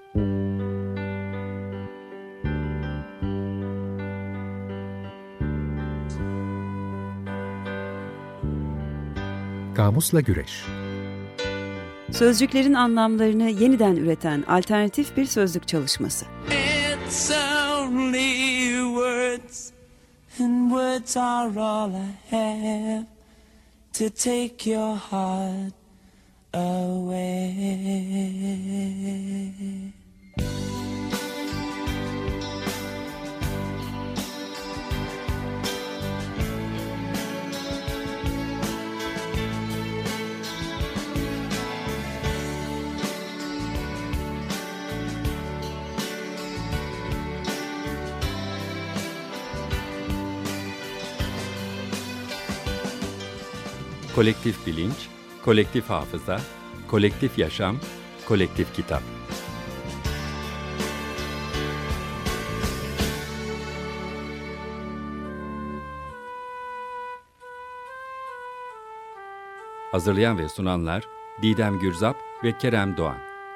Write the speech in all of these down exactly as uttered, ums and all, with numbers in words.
Kamusla Güreş. Sözcüklerin anlamlarını yeniden üreten alternatif bir sözlük çalışması. It's only words, and words are all I have to take your heart away. Kolektif bilinç, kolektif hafıza, kolektif yaşam, kolektif kitap. Hazırlayan ve sunanlar Didem Gürzap ve Kerem Doğan.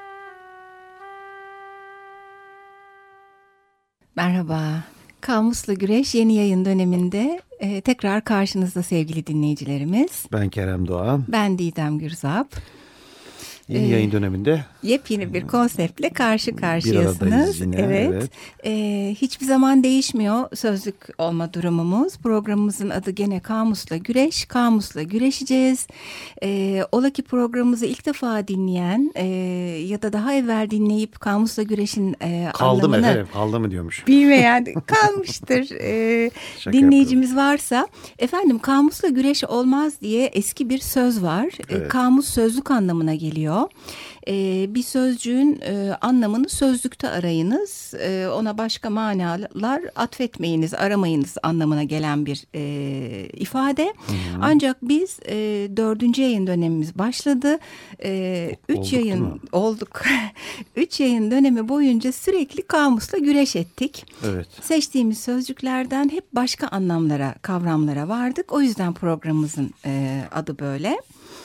Merhaba. Kamusla Güreş yeni yayın döneminde e, tekrar karşınızda sevgili dinleyicilerimiz. Ben Kerem Doğan. Ben Didem Gürzap. Yeni ee, yayın döneminde yepyeni bir konseptle karşı karşıyasınız. Yine, evet. evet. Ee, hiçbir zaman değişmiyor sözlük olma durumumuz. Programımızın adı gene Kamusla Güreş. Kamusla güreşeceğiz. Ee, ola ki programımızı ilk defa dinleyen e, ya da daha evvel dinleyip Kamusla Güreş'in e, kaldı anlamını... mı efendim? Kaldı mı diyormuş. Bilmeyen kalmıştır. Ee, dinleyicimiz yapıyorum. Varsa efendim Kamusla Güreş olmaz diye eski bir söz var. Evet. Kamus sözlük anlamına geliyor. Ee, bir sözcüğün e, anlamını sözlükte arayınız. E, ona başka manalar atfetmeyiniz, aramayınız anlamına gelen bir e, ifade. Hı-hı. Ancak biz e, dördüncü yayın dönemimiz başladı. E, üç olduk yayın olduk. Üç yayın dönemi boyunca sürekli kamusla güreş ettik. Evet. Seçtiğimiz sözcüklerden hep başka anlamlara, kavramlara vardık. O yüzden programımızın e, adı böyle.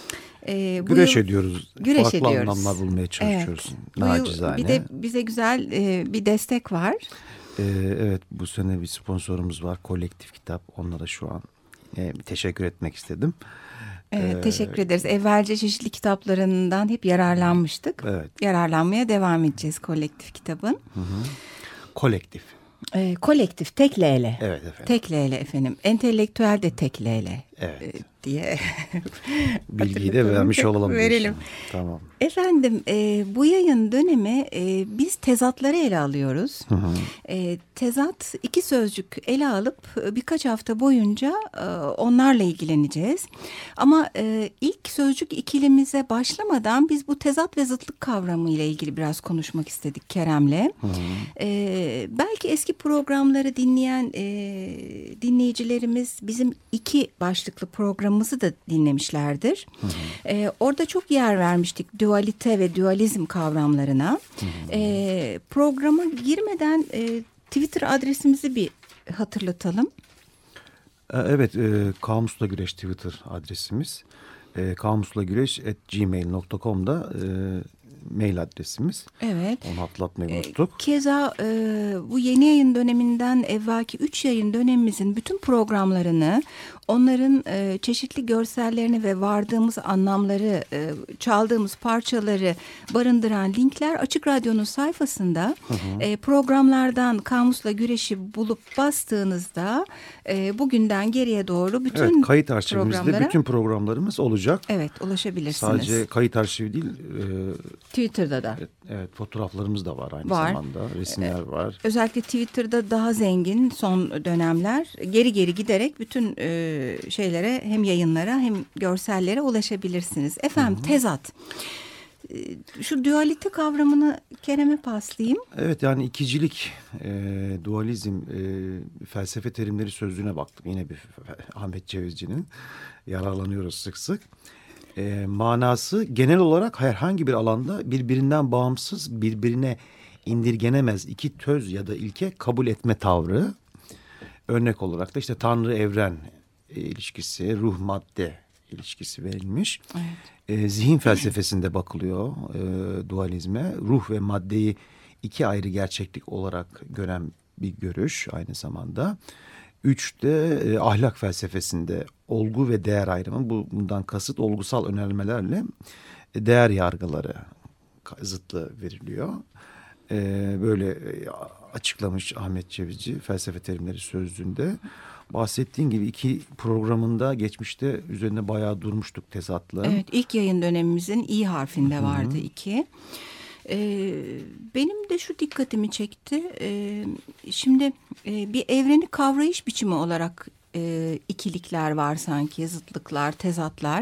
Ee, güreş yıl, ediyoruz. Güreş Farklı ediyoruz. anlamlar bulmaya çalışıyoruz. Evet. Nacizane. Bir de bize güzel e, bir destek var. Ee, evet, bu sene bir sponsorumuz var. Kolektif Kitap. Onlara şu an e, teşekkür etmek istedim. Evet, ee, teşekkür ederiz. Evvelce çeşitli kitaplarından hep yararlanmıştık. Evet. Yararlanmaya devam edeceğiz Kolektif Kitabın. Hı hı. Kolektif. E, kolektif, tek L'yle. Evet efendim. Tek L'yle efendim. Entelektüel de tek L'yle. Evet. E, diye. Bilgiyi de vermiş olalım. Verelim. Tamam. Efendim e, bu yayın dönemi e, biz tezatları ele alıyoruz. Hı hı. E, tezat iki sözcük ele alıp birkaç hafta boyunca e, onlarla ilgileneceğiz. Ama e, ilk sözcük ikilimize başlamadan biz bu tezat ve zıtlık kavramı ile ilgili biraz konuşmak istedik Kerem'le. Hı hı. E, belki eski programları dinleyen e, dinleyicilerimiz bizim iki başlıklı programımızı da dinlemişlerdir. Hı hı. E, orada çok yer vermiştik dualite ve dualizm kavramlarına. Hı hı. E, programa girmeden e, Twitter adresimizi bir hatırlatalım. Evet, e, Kamusla Güreş Twitter adresimiz. E, kamuslagüreş at gmail nokta com'da e, mail adresimiz. Evet. Onu hatırlatmayı unuttuk. E, keza e, bu yeni yayın döneminden evvelki üç yayın dönemimizin bütün programlarını, onların e, çeşitli görsellerini ve vardığımız anlamları, e, çaldığımız parçaları barındıran linkler Açık Radyo'nun sayfasında. Hı hı. E, programlardan Kamusla Güreş'i bulup bastığınızda e, bugünden geriye doğru bütün evet, kayıt arşivimizde programlara, bütün programlarımız olacak. Evet, ulaşabilirsiniz. Sadece kayıt arşivi değil, e, Twitter'da da. Evet, evet, fotoğraflarımız da var aynı var. zamanda. Resimler var. Özellikle Twitter'da daha zengin son dönemler. Geri geri giderek bütün e, şeylere, hem yayınlara hem görsellere ulaşabilirsiniz. Efendim, hı hı. Tezat. Şu dualite kavramını Kerem'e paslayayım. Evet, yani ikicilik, e, dualizm, e, felsefe terimleri sözlüğüne baktım. Yine bir Ahmet Cevizci'nin, yararlanıyoruz sık sık. E, manası genel olarak herhangi bir alanda birbirinden bağımsız, birbirine indirgenemez iki töz ya da ilke kabul etme tavrı. Örnek olarak da işte Tanrı evren e, ilişkisi, ruh madde ilişkisi verilmiş. Evet. E, zihin felsefesinde bakılıyor e, dualizme. Ruh ve maddeyi iki ayrı gerçeklik olarak gören bir görüş aynı zamanda. Üç de e, ahlak felsefesinde olgu ve değer ayrımı, bu bundan kasıt olgusal önermelerle e, değer yargıları zıtlığı veriliyor. E, böyle e, açıklamış Ahmet Cevizci felsefe terimleri sözlüğünde. Bahsettiğin gibi iki programında geçmişte üzerine bayağı durmuştuk tezatla. Evet, ilk yayın dönemimizin İ harfinde vardı Hı-hı. iki. Ee, benim de şu dikkatimi çekti. Ee, şimdi e, bir evreni kavrayış biçimi olarak e, ikilikler var sanki, zıtlıklar, tezatlar.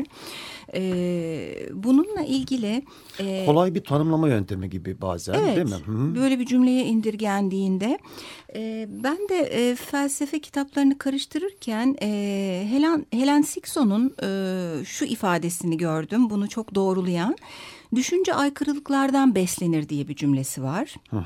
Ee, bununla ilgili... E, kolay bir tanımlama yöntemi gibi bazen, evet, değil mi? Hı-hı. Böyle bir cümleye indirgendiğinde... E, ben de e, felsefe kitaplarını karıştırırken e, Helen, Helen Sixon'un e, şu ifadesini gördüm. Bunu çok doğrulayan. Düşünce aykırılıklardan beslenir diye bir cümlesi var. Hı hı.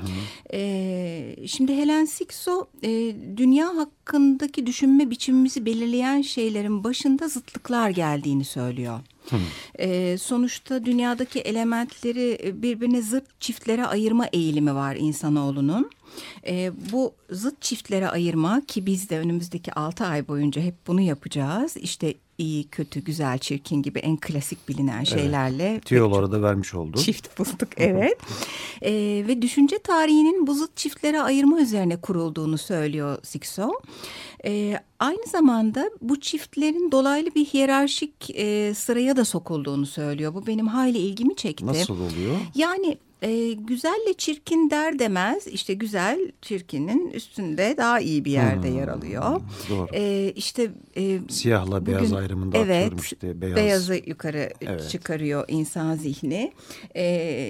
Ee, şimdi Helen Sixon e, dünya hakkındaki düşünme biçimimizi belirleyen şeylerin başında zıtlıklar geldiğini söylüyor. Ee, sonuçta dünyadaki elementleri birbirine zıt çiftlere ayırma eğilimi var insanoğlunun. Ee, bu zıt çiftlere ayırma, ki biz de önümüzdeki altı ay boyunca hep bunu yapacağız. İşte iyi, kötü, güzel, çirkin gibi en klasik bilinen şeylerle. Evet, tüyoları da vermiş olduk. Çift bulduk, evet. ee, ve düşünce tarihinin bu zıt çiftlere ayırma üzerine kurulduğunu söylüyor Sixon. Ee, aynı zamanda bu çiftlerin dolaylı bir hiyerarşik e, sıraya da sokulduğunu söylüyor. Bu benim hayli ilgimi çekti. Nasıl oluyor? Yani e, güzelle çirkin der demez, işte güzel çirkinin üstünde daha iyi bir yerde hmm, yer alıyor. Doğru. E, işte e, siyahla bugün, beyaz ayrımında evet, atıyorum işte. Beyaz. Beyazı yukarı evet. çıkarıyor insan zihni. E,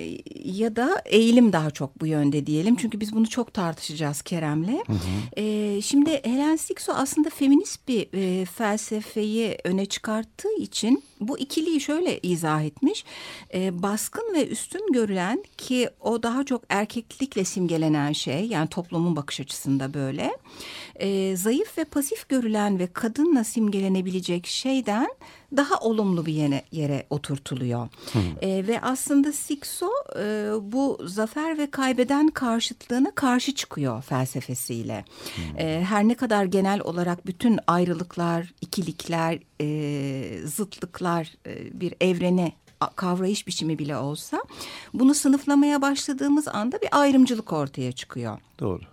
ya da eğilim daha çok bu yönde diyelim. Çünkü biz bunu çok tartışacağız Kerem'le. Hı hı. E, şimdi Helen Sixon aslında feminist bir e, felsefeyi öne çıkarttığı için bu ikiliyi şöyle izah etmiş. E, baskın ve üstün görülen, ki o daha çok erkeklikle simgelenen şey, yani toplumun bakış açısında böyle. E, zayıf ve pasif görülen ve kadınla simgelenebilecek şeyden daha olumlu bir yere, yere oturtuluyor. E, ve aslında Sixon e, bu zafer ve kaybeden karşıtlığına karşı çıkıyor felsefesiyle. E, her ne kadar genel olarak bütün ayrılıklar, ikilikler, e, zıtlıklar e, bir evrene kavrayış biçimi bile olsa, bunu sınıflamaya başladığımız anda bir ayrımcılık ortaya çıkıyor. Doğru.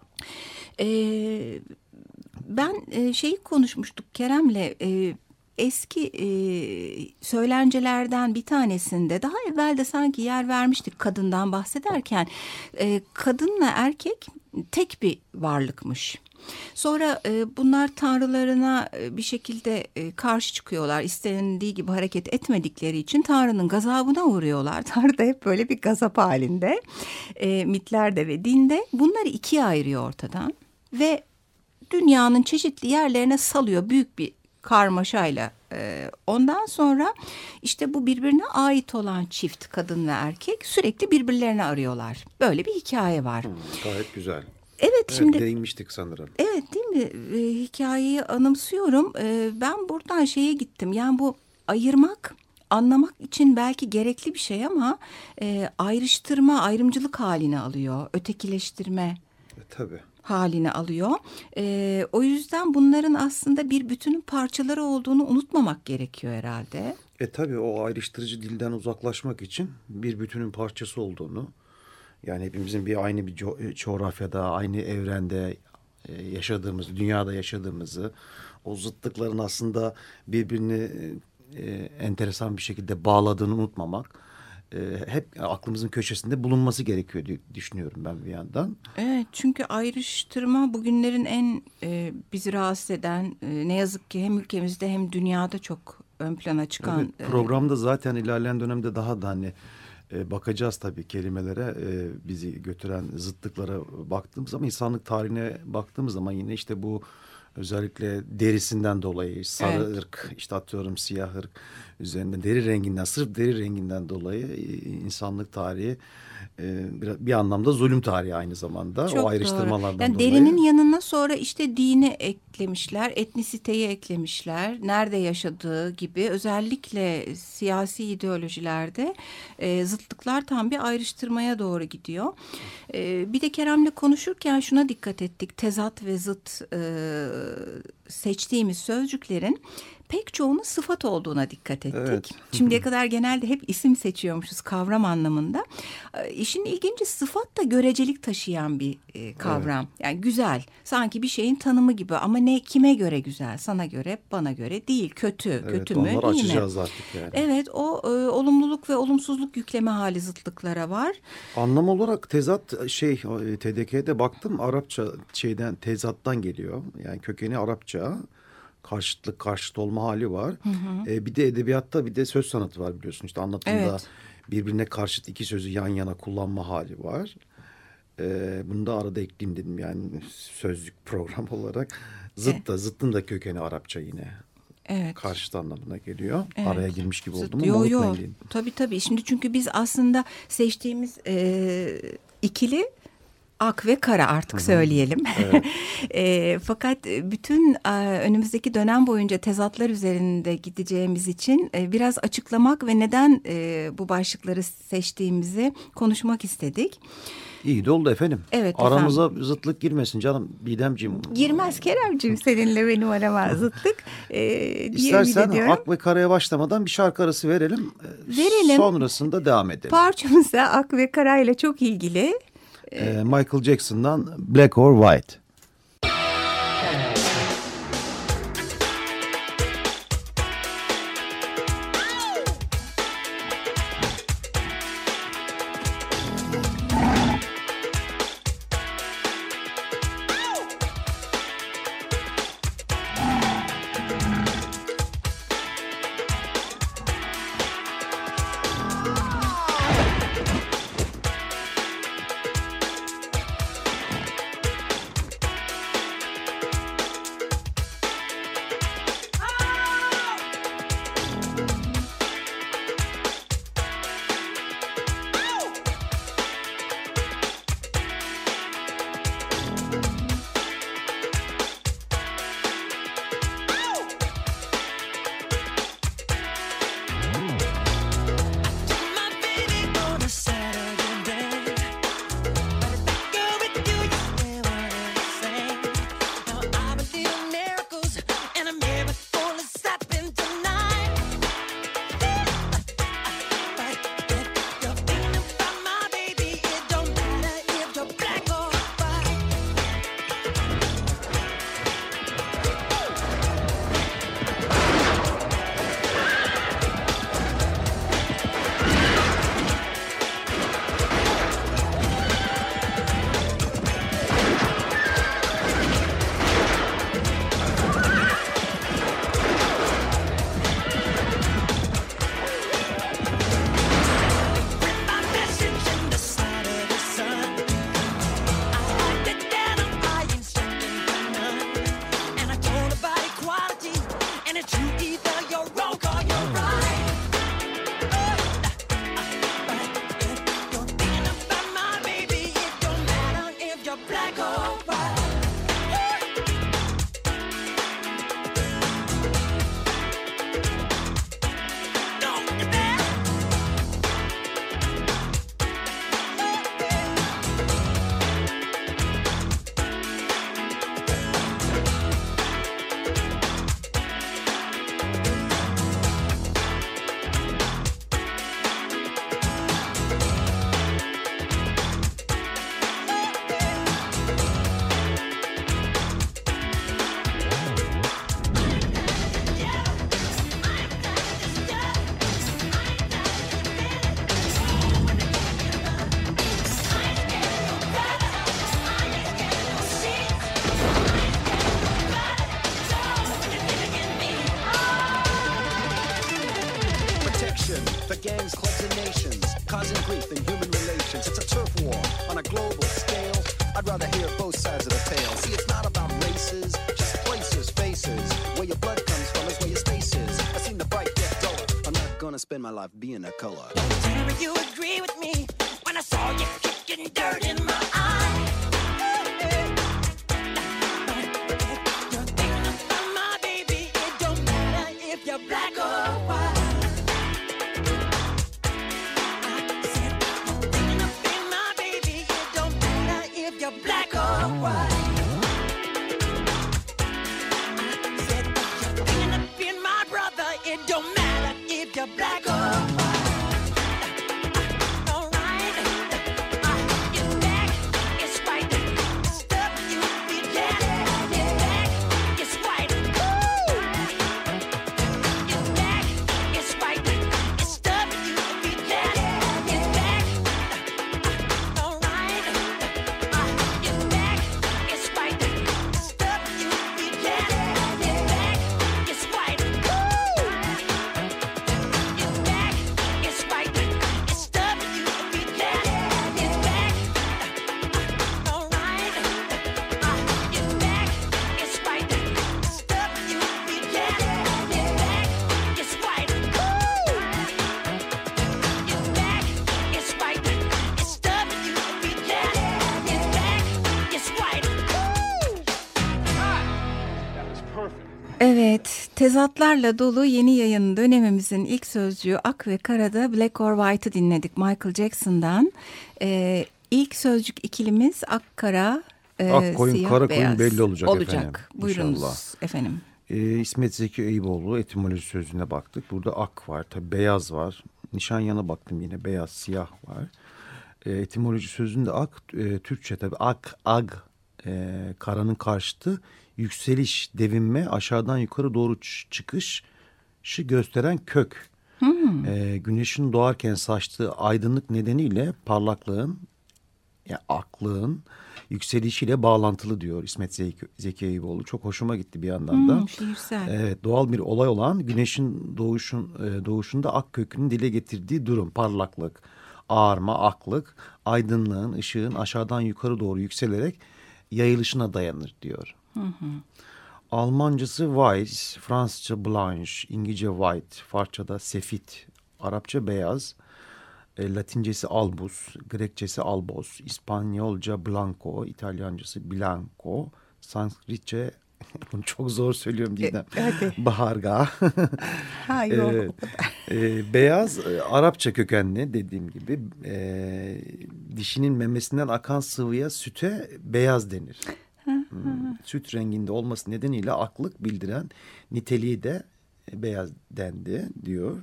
Ee, ben e, şeyi konuşmuştuk Kerem'le, e, eski e, söylencelerden bir tanesinde daha evvel de sanki yer vermiştik kadından bahsederken, e, kadınla erkek tek bir varlıkmış. Sonra e, bunlar tanrılarına e, bir şekilde e, karşı çıkıyorlar. İstenildiği gibi hareket etmedikleri için Tanrı'nın gazabına uğruyorlar. Tanrı da hep böyle bir gazap halinde. E, mitlerde ve dinde bunları ikiye ayırıyor ortadan. Ve dünyanın çeşitli yerlerine salıyor büyük bir karmaşayla. E, ondan sonra işte bu birbirine ait olan çift, kadın ve erkek, sürekli birbirlerini arıyorlar. Böyle bir hikaye var. Hmm, gayet güzel. Evet, evet, şimdi değinmiştik sanırım. Evet, değil mi? E, hikayeyi anımsıyorum. E, ben buradan şeye gittim. Yani bu ayırmak, anlamak için belki gerekli bir şey ama e, ayrıştırma, ayrımcılık haline alıyor. Ötekileştirme e, tabii. haline alıyor. E, o yüzden bunların aslında bir bütünün parçaları olduğunu unutmamak gerekiyor herhalde. E tabii, o ayrıştırıcı dilden uzaklaşmak için bir bütünün parçası olduğunu, yani hepimizin bir aynı bir co- coğrafyada, aynı evrende e, yaşadığımız, dünyada yaşadığımızı, o zıtlıkların aslında birbirini e, enteresan bir şekilde bağladığını unutmamak, e, hep aklımızın köşesinde bulunması gerekiyor diye düşünüyorum ben bir yandan. Evet, çünkü ayrıştırma bugünlerin en e, bizi rahatsız eden, e, ne yazık ki hem ülkemizde hem dünyada çok ön plana çıkan. Evet, programda zaten ilerleyen dönemde daha da hani E, bakacağız tabii kelimelere, e, bizi götüren zıtlıklara baktığımız zaman, insanlık tarihine baktığımız zaman yine işte bu Özellikle derisinden dolayı sarı Evet. ırk, işte atıyorum siyah ırk üzerinde deri renginden, sırf deri renginden dolayı insanlık tarihi bir, bir anlamda zulüm tarihi aynı zamanda. Çok o ayrıştırmalardan yani dolayı. derinin yanına sonra işte dini eklemişler, etnisiteyi eklemişler, nerede yaşadığı gibi özellikle siyasi ideolojilerde e, zıtlıklar tam bir ayrıştırmaya doğru gidiyor. E, bir de Kerem'le konuşurken şuna dikkat ettik, tezat ve zıt e, seçtiğimiz sözcüklerin pek çoğunun sıfat olduğuna dikkat ettik. Evet. Şimdiye kadar genelde hep isim seçiyormuşuz kavram anlamında. E, işin ilginci sıfat da görecelik taşıyan bir e, kavram. Evet. Yani güzel, sanki bir şeyin tanımı gibi ama ne kime göre güzel? Sana göre, bana göre değil. Kötü, evet, kötü mü, iyi mi? Onları açacağız artık yani. Evet, o e, olumluluk ve olumsuzluk yükleme hali zıtlıklara var. Anlam olarak tezat şey T D K'de baktım Arapça şeyden tezattan geliyor. Yani kökeni Arapça. Karşıtlık, karşıt olma hali var. Hı hı. Ee, bir de edebiyatta bir de söz sanatı var biliyorsun. İşte anlatımda evet. birbirine karşıt iki sözü yan yana kullanma hali var. Ee, bunu da arada ekleyeyim dedim yani sözlük program olarak. Zıt evet. da, zıttın da kökeni Arapça yine. Evet. Karşıt anlamına geliyor. Evet. Araya girmiş gibi oldum ama unutmayın. Tabii tabii. Şimdi çünkü biz aslında seçtiğimiz e, ikili ak ve kara artık Hı-hı. söyleyelim. Evet. e, fakat bütün e, önümüzdeki dönem boyunca tezatlar üzerinde gideceğimiz için e, biraz açıklamak ve neden e, bu başlıkları seçtiğimizi konuşmak istedik. İyi de oldu efendim. Evet, aramıza efendim. Zıtlık girmesin canım Didemciğim. Girmez Keremciğim seninle benim arama zıtlık. Ee, İstersen ak ve karaya başlamadan bir şarkı arası verelim. Verelim. Sonrasında devam edelim. Parçamıza ak ve karayla çok ilgili. Ee, Michael Jackson'dan Black or White. For gangs, clubs, and nations, causing grief in human relations. It's a turf war on a global scale. I'd rather hear both sides of the tale. See, it's not about races, just places. gonna spend my life being a color. Will you agree with me when I saw you kicking dirt in my eye? You're thinking about my baby. It don't matter if you're black or white. I said you're thinking about my baby. It don't matter if you're black or white. I said you're thinking about my brother. It don't matter if you're black or white. Evet, tezatlarla dolu yeni yayın dönemimizin ilk sözcüğü Ak ve Kara'da Black or White'ı dinledik Michael Jackson'dan. Ee, ilk sözcük ikilimiz Ak, Kara, e, Ak koyun, siyah, kara beyaz. koyun belli olacak, olacak. efendim. Buyurunuz İnşallah. efendim. Ee, İsmet Zeki Eyüboğlu etimoloji sözlüğüne baktık. Burada ak var, tabii beyaz var. Nişanyana baktım, yine beyaz, siyah var. Ee, etimoloji sözlüğünde ak, e, Türkçe tabii ak, ag, e, karanın karşıtı, yükseliş, devinme, aşağıdan yukarı doğru çıkışı gösteren kök. Hmm. Ee, güneşin doğarken saçtığı aydınlık nedeniyle parlaklığın, yani aklığın yükselişiyle bağlantılı diyor İsmet Zeki, Zeki Eyüboğlu. Çok hoşuma gitti bir yandan da. Hmm, şiirsel. Evet, doğal bir olay olan güneşin doğuşun doğuşunda ak kökünün dile getirdiği durum, parlaklık, ağarma, aklık, aydınlığın, ışığın aşağıdan yukarı doğru yükselerek yayılışına dayanır diyor. Hı hı. Almancası Weiß, Fransızca Blanche, İngilizce White, Farsçada Sefit, Arapça beyaz, e, Latincesi Albus, Grekçesi Albos, İspanyolca Blanco, İtalyancası Bianco, Sanskritçe bunu çok zor söylüyorum Didem. E, Baharga. Ha yok. e, e, beyaz e, Arapça kökenli dediğim gibi e, dişinin memesinden akan sıvıya, süte beyaz denir. Hmm, süt renginde olması nedeniyle aklık bildiren niteliği de beyaz dendi diyor.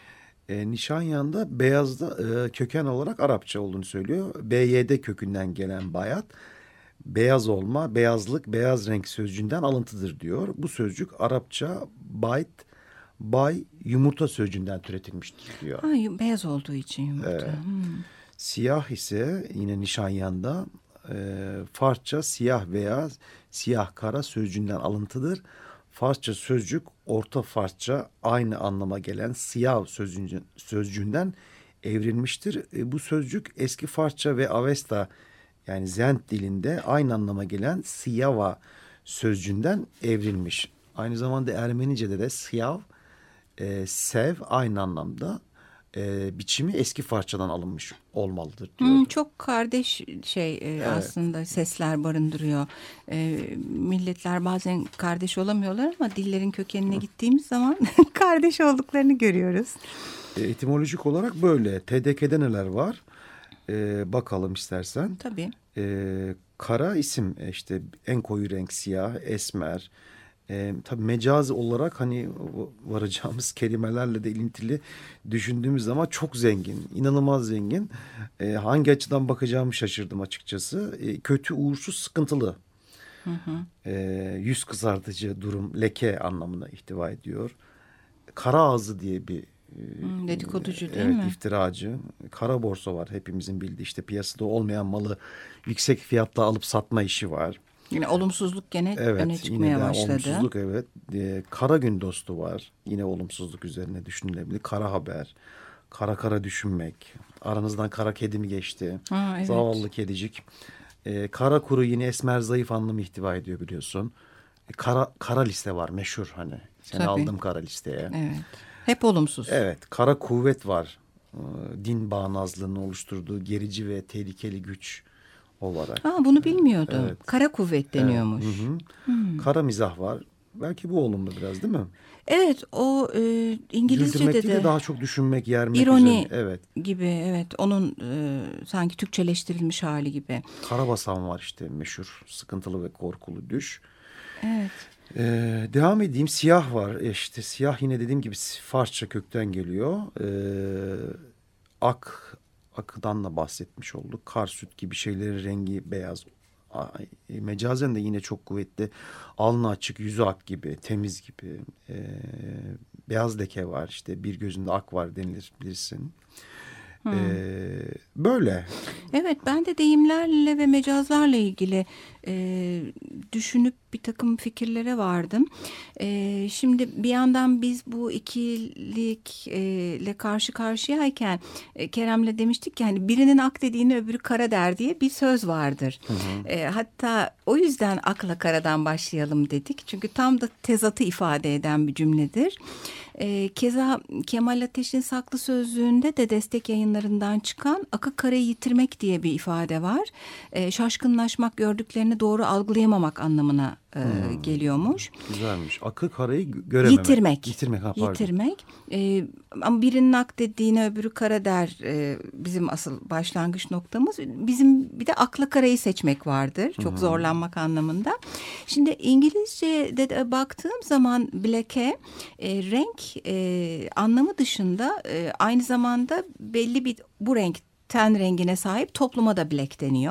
E, Nişanyan'da beyazda e, köken olarak Arapça olduğunu söylüyor. B Y D kökünden gelen bayat, beyaz olma, beyazlık, beyaz renk sözcüğünden alıntıdır diyor. Bu sözcük Arapça bayt, bay, yumurta sözcüğünden türetilmiştir diyor. Ha, beyaz olduğu için yumurta. Evet. Hmm. Siyah ise yine Nişanyan'da e, Farsça siyah beyaz, siyah kara sözcüğünden alıntıdır. Farsça sözcük Orta Farsça aynı anlama gelen siyah sözcüğünden, sözcüğünden evrilmiştir. E, bu sözcük eski Farsça ve Avesta yani Zend dilinde aynı anlama gelen siyava sözcüğünden evrilmiş. Aynı zamanda Ermenice'de de siyav, e, sev aynı anlamda e, biçimi eski Farsçadan alınmış olmalıdır diyor. Hmm, çok kardeş şey e, evet. Aslında sesler barındırıyor. E, milletler bazen kardeş olamıyorlar ama dillerin kökenine gittiğimiz zaman kardeş olduklarını görüyoruz. E, etimolojik olarak böyle. T D K'de neler var? E, bakalım istersen. Tabii. E, kara isim işte en koyu renk siyah, esmer. E, tabii mecaz olarak hani varacağımız kelimelerle de ilintili düşündüğümüz zaman çok zengin, inanılmaz zengin. E, hangi açıdan bakacağımı şaşırdım açıkçası. E, kötü, uğursuz, sıkıntılı. Hı hı. E, yüz kızartıcı durum, leke anlamına ihtiva ediyor. Kara ağzı diye bir Hmm, dedikoducu değil evet, mi? iftiracı. Kara borsa var hepimizin bildiği, işte piyasada olmayan malı yüksek fiyatla alıp satma işi var. Yine olumsuzluk gene evet, öne çıkmaya yine başladı. Olumsuzluk evet. Ee, kara gün dostu var. Yine olumsuzluk üzerine düşünülebilir. Kara haber. Kara kara düşünmek. Aranızdan kara kedi mi geçti? Ha, evet. Zavallı kedicik. Ee, kara kuru yine esmer zayıf anlamı ihtiva ediyor biliyorsun. Ee, kara, kara liste var meşhur hani. Seni Tabii. aldım kara listeye. Evet. Hep olumsuz. Evet, kara kuvvet var. Ee, Din bağnazlığını oluşturduğu gerici ve tehlikeli güç olarak. Ha, bunu bilmiyordum. Evet. Kara kuvvet deniyormuş. Evet, hı hı. Hmm. Kara mizah var. Belki bu olumlu biraz, değil mi? Evet, o e, İngilizce'de Güldürmek değil de de daha çok düşünmek, yermek ironi üzerine. Evet. gibi, evet, onun e, sanki Türkçeleştirilmiş hali gibi. Karabasan var işte, meşhur sıkıntılı ve korkulu düş. Evet. Ee, devam edeyim. Siyah var. E İşte siyah yine dediğim gibi Farsça kökten geliyor. Ee, ak, akıdan da bahsetmiş olduk. Kar, süt gibi şeylerin rengi beyaz. Ay, mecazen de yine çok kuvvetli. Alnı açık, yüzü ak gibi, temiz gibi. Ee, beyaz leke var. İşte bir gözünde ak var denilir, bilirsin. Hmm. Ee, böyle. Evet, ben de deyimlerle ve mecazlarla ilgili e, düşünüp bir takım fikirlere vardım. E, şimdi bir yandan biz bu ikilikle karşı karşıyayken e, Kerem'le demiştik ki hani birinin ak dediğini öbürü kara der diye bir söz vardır. Hı hı. E, hatta o yüzden akla karadan başlayalım dedik. Çünkü tam da tezatı ifade eden bir cümledir. E, keza Kemal Ateş'in Saklı Sözlüğü'nde de Destek Yayınları'ndan çıkan akı karayı yitirmek diye bir ifade var. E, şaşkınlaşmak, gördüklerini doğru algılayamamak anlamına e, hmm. geliyormuş. Güzelmiş. Akı karayı görememek. Yitirmek. Yitirmek. Ha, pardon. Yitirmek. E, ama birinin ak dediğine öbürü kara der e, bizim asıl başlangıç noktamız. Bizim bir de akla karayı seçmek vardır. Çok hmm. zorlanmak anlamında. Şimdi İngilizce'de de baktığım zaman black'e e, renk e, anlamı dışında e, aynı zamanda belli bir bu renk ten rengine sahip topluma da black deniyor.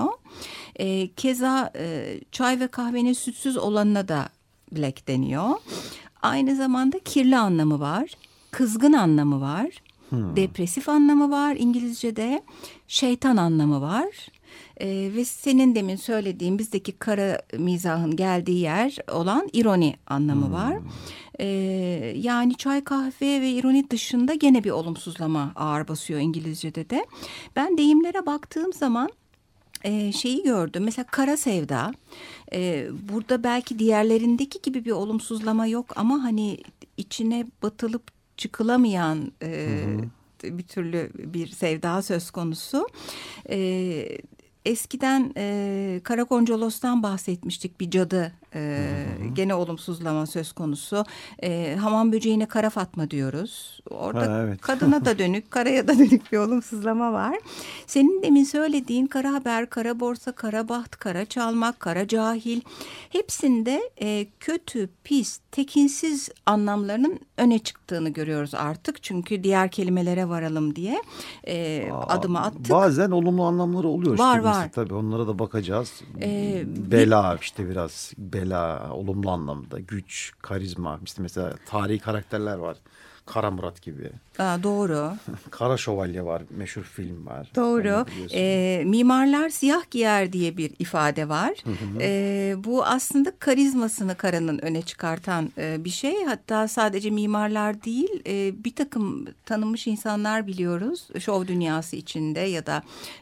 E, keza e, çay ve kahvenin sütsüz olanına da black deniyor. Aynı zamanda kirli anlamı var, kızgın anlamı var, hmm. depresif anlamı var İngilizce'de, şeytan anlamı var. Ee, ve senin demin söylediğin bizdeki kara mizahın geldiği yer olan ironi anlamı hmm. var. Ee, yani çay, kahve ve ironi dışında gene bir olumsuzlama ağır basıyor İngilizce'de de. Ben deyimlere baktığım zaman e, şeyi gördüm. Mesela kara sevda. E, burada belki diğerlerindeki gibi bir olumsuzlama yok ama hani içine batılıp çıkılamayan e, hmm. bir türlü bir sevda söz konusu. Evet. Eskiden e, Karakoncolos'tan bahsetmiştik, bir cadı e, gene olumsuzlama söz konusu. E, hamam böceğine kara fatma diyoruz. Orada ha, evet. kadına da dönük, karaya da dönük bir olumsuzlama var. Senin demin söylediğin kara haber, kara borsa, kara baht, kara çalmak, kara cahil, hepsinde e, kötü, pis, tekinsiz anlamlarının öne çıktığını görüyoruz artık. Çünkü diğer kelimelere varalım diye e, Aa, adımı attık. Bazen olumlu anlamları oluyor. Var işte var. Tabii onlara da bakacağız. Ee, bela bir... işte biraz bela olumlu anlamda, güç, karizma. İşte mesela tarihi karakterler var. Kara Murat gibi. Aa, doğru. Kara Şövalye var. Meşhur film var. Doğru. E, mimarlar siyah giyer diye bir ifade var. Hı hı. E, bu aslında karizmasını karanın öne çıkartan e, bir şey. Hatta sadece mimarlar değil, e, bir takım tanınmış insanlar biliyoruz. Şov dünyası içinde ya da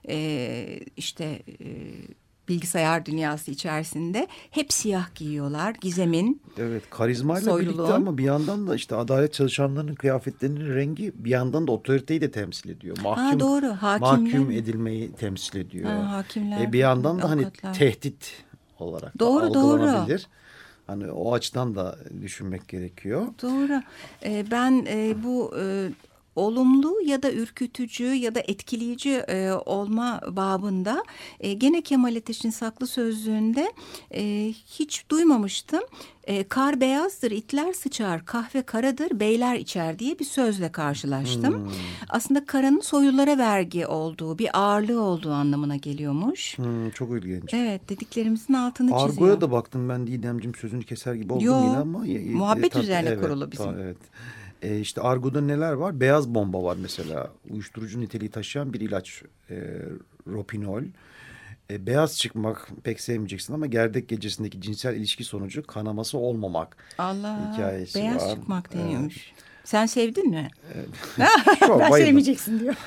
e, işte... E, bilgisayar dünyası içerisinde hep siyah giyiyorlar. Gizemin, evet, karizmayla soyluluğun. Birlikte ama bir yandan da işte adalet çalışanlarının kıyafetlerinin rengi bir yandan da otoriteyi de temsil ediyor. Mahkum, ha, doğru. Hakimler. mahkum edilmeyi temsil ediyor. Ha, hakimler, e, bir yandan da avukatlar. hani tehdit olarak doğru, da algılanabilir. Doğru. Hani o açıdan da düşünmek gerekiyor. Doğru. Ee, ben e, bu... E, olumlu ya da ürkütücü ya da etkileyici e, olma babında e, gene Kemal Ateş'in Saklı Sözlüğü'nde e, hiç duymamıştım. E, kar beyazdır, itler sıçar, kahve karadır, beyler içer diye bir sözle karşılaştım. Hmm. Aslında karanın soylulara vergi olduğu, bir ağırlığı olduğu anlamına geliyormuş. Hmm, çok ilginç. Evet, dediklerimizin altını Argo'ya çiziyor. Argo'ya da baktım ben, Didemciğim, sözünü keser gibi oldum Yo, yine ama. Muhabbet e, üzerine evet, kurulu bizim. Ta, evet. E işte argoda neler var? Beyaz bomba var mesela. Uyuşturucu niteliği taşıyan bir ilaç. E, Ropinol. E, beyaz çıkmak pek sevmeyeceksin ama gerdek gecesindeki cinsel ilişki sonucu kanaması olmamak. Allah, hikayesi beyaz var. çıkmak deniyormuş. Evet. Sen sevdin mi? Evet. Ben bayıldım. Sevmeyeceksin diyor.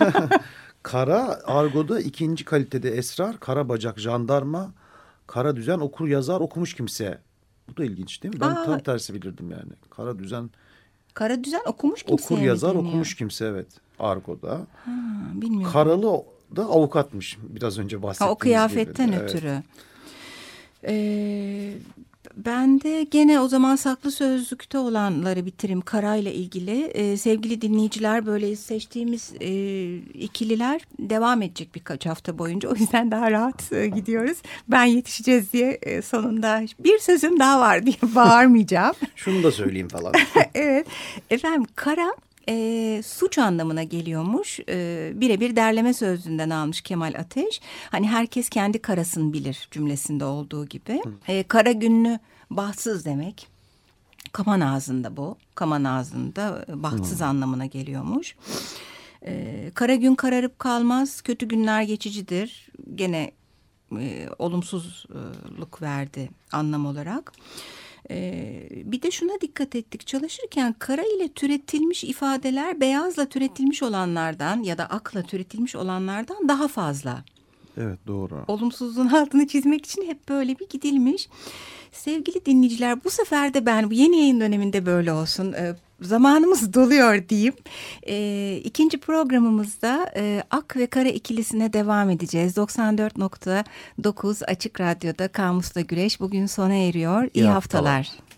Kara argoda ikinci kalitede esrar, kara bacak jandarma, kara düzen okur yazar okumuş kimse. Bu da ilginç değil mi? Ben Aa. tam tersi bilirdim yani. Kara düzen Karadüzen okumuş kimseye Okur mi yazar deniyor? okumuş kimse, evet. Argo'da. Ha, bilmiyorum. Karalı da avukatmış biraz önce bahsettiğimiz Ha, o kıyafetten gibi. ötürü. Evet. Ee, ben de gene o zaman saklı sözlükte olanları bitireyim karayla ilgili. Ee, sevgili dinleyiciler, böyle seçtiğimiz e, ikililer devam edecek birkaç hafta boyunca. O yüzden daha rahat e, gidiyoruz. Ben yetişeceğiz diye e, sonunda bir sözüm daha var diye bağırmayacağım. Şunu da söyleyeyim falan. Evet efendim, kara e, suç anlamına geliyormuş. E, birebir derleme sözlüğünden almış Kemal Ateş. Hani herkes kendi karasını bilir cümlesinde olduğu gibi. E, kara günlü bahtsız demek. Kaman ağzında bu. Kaman ağzında bahtsız hmm. anlamına geliyormuş. E, kara gün kararıp kalmaz, kötü günler geçicidir. Gene e, olumsuzluk verdi anlam olarak. Ee, bir de şuna dikkat ettik çalışırken, kara ile türetilmiş ifadeler beyazla türetilmiş olanlardan ya da akla türetilmiş olanlardan daha fazla. Evet, doğru. Olumsuzluğun altını çizmek için hep böyle bir gidilmiş. Sevgili dinleyiciler, bu sefer de ben bu yeni yayın döneminde böyle olsun. Ee, zamanımız doluyor diyeyim. Ee, ikinci programımızda e, ak ve kara ikilisine devam edeceğiz. doksan dört nokta dokuz Açık Radyo'da Kamusla Güreş bugün sona eriyor. İyi, İyi haftalar. haftalar.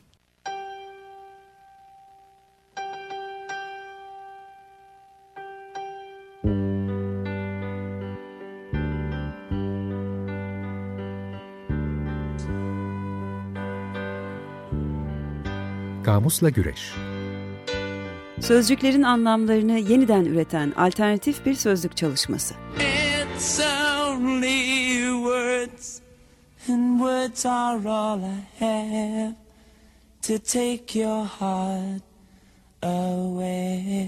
Kamusla Güreş. Sözcüklerin anlamlarını yeniden üreten alternatif bir sözlük çalışması. It's only words, and words are all I have to take your heart away.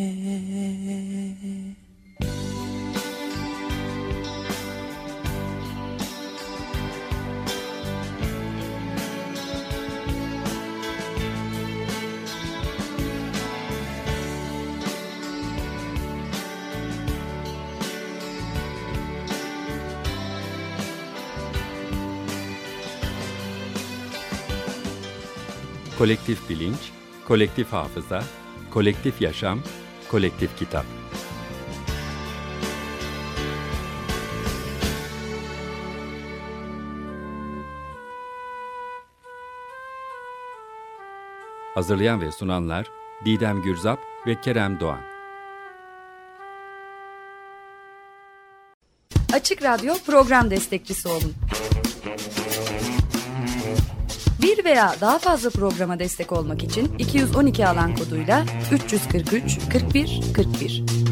Kolektif bilinç, kolektif hafıza, kolektif yaşam, kolektif kitap. Hazırlayan ve sunanlar Didem Gürzap ve Kerem Doğan. Açık Radyo program destekçisi olun. Bir veya daha fazla programa destek olmak için iki yüz on iki alan koduyla üç yüz kırk üç kırk bir kırk bir.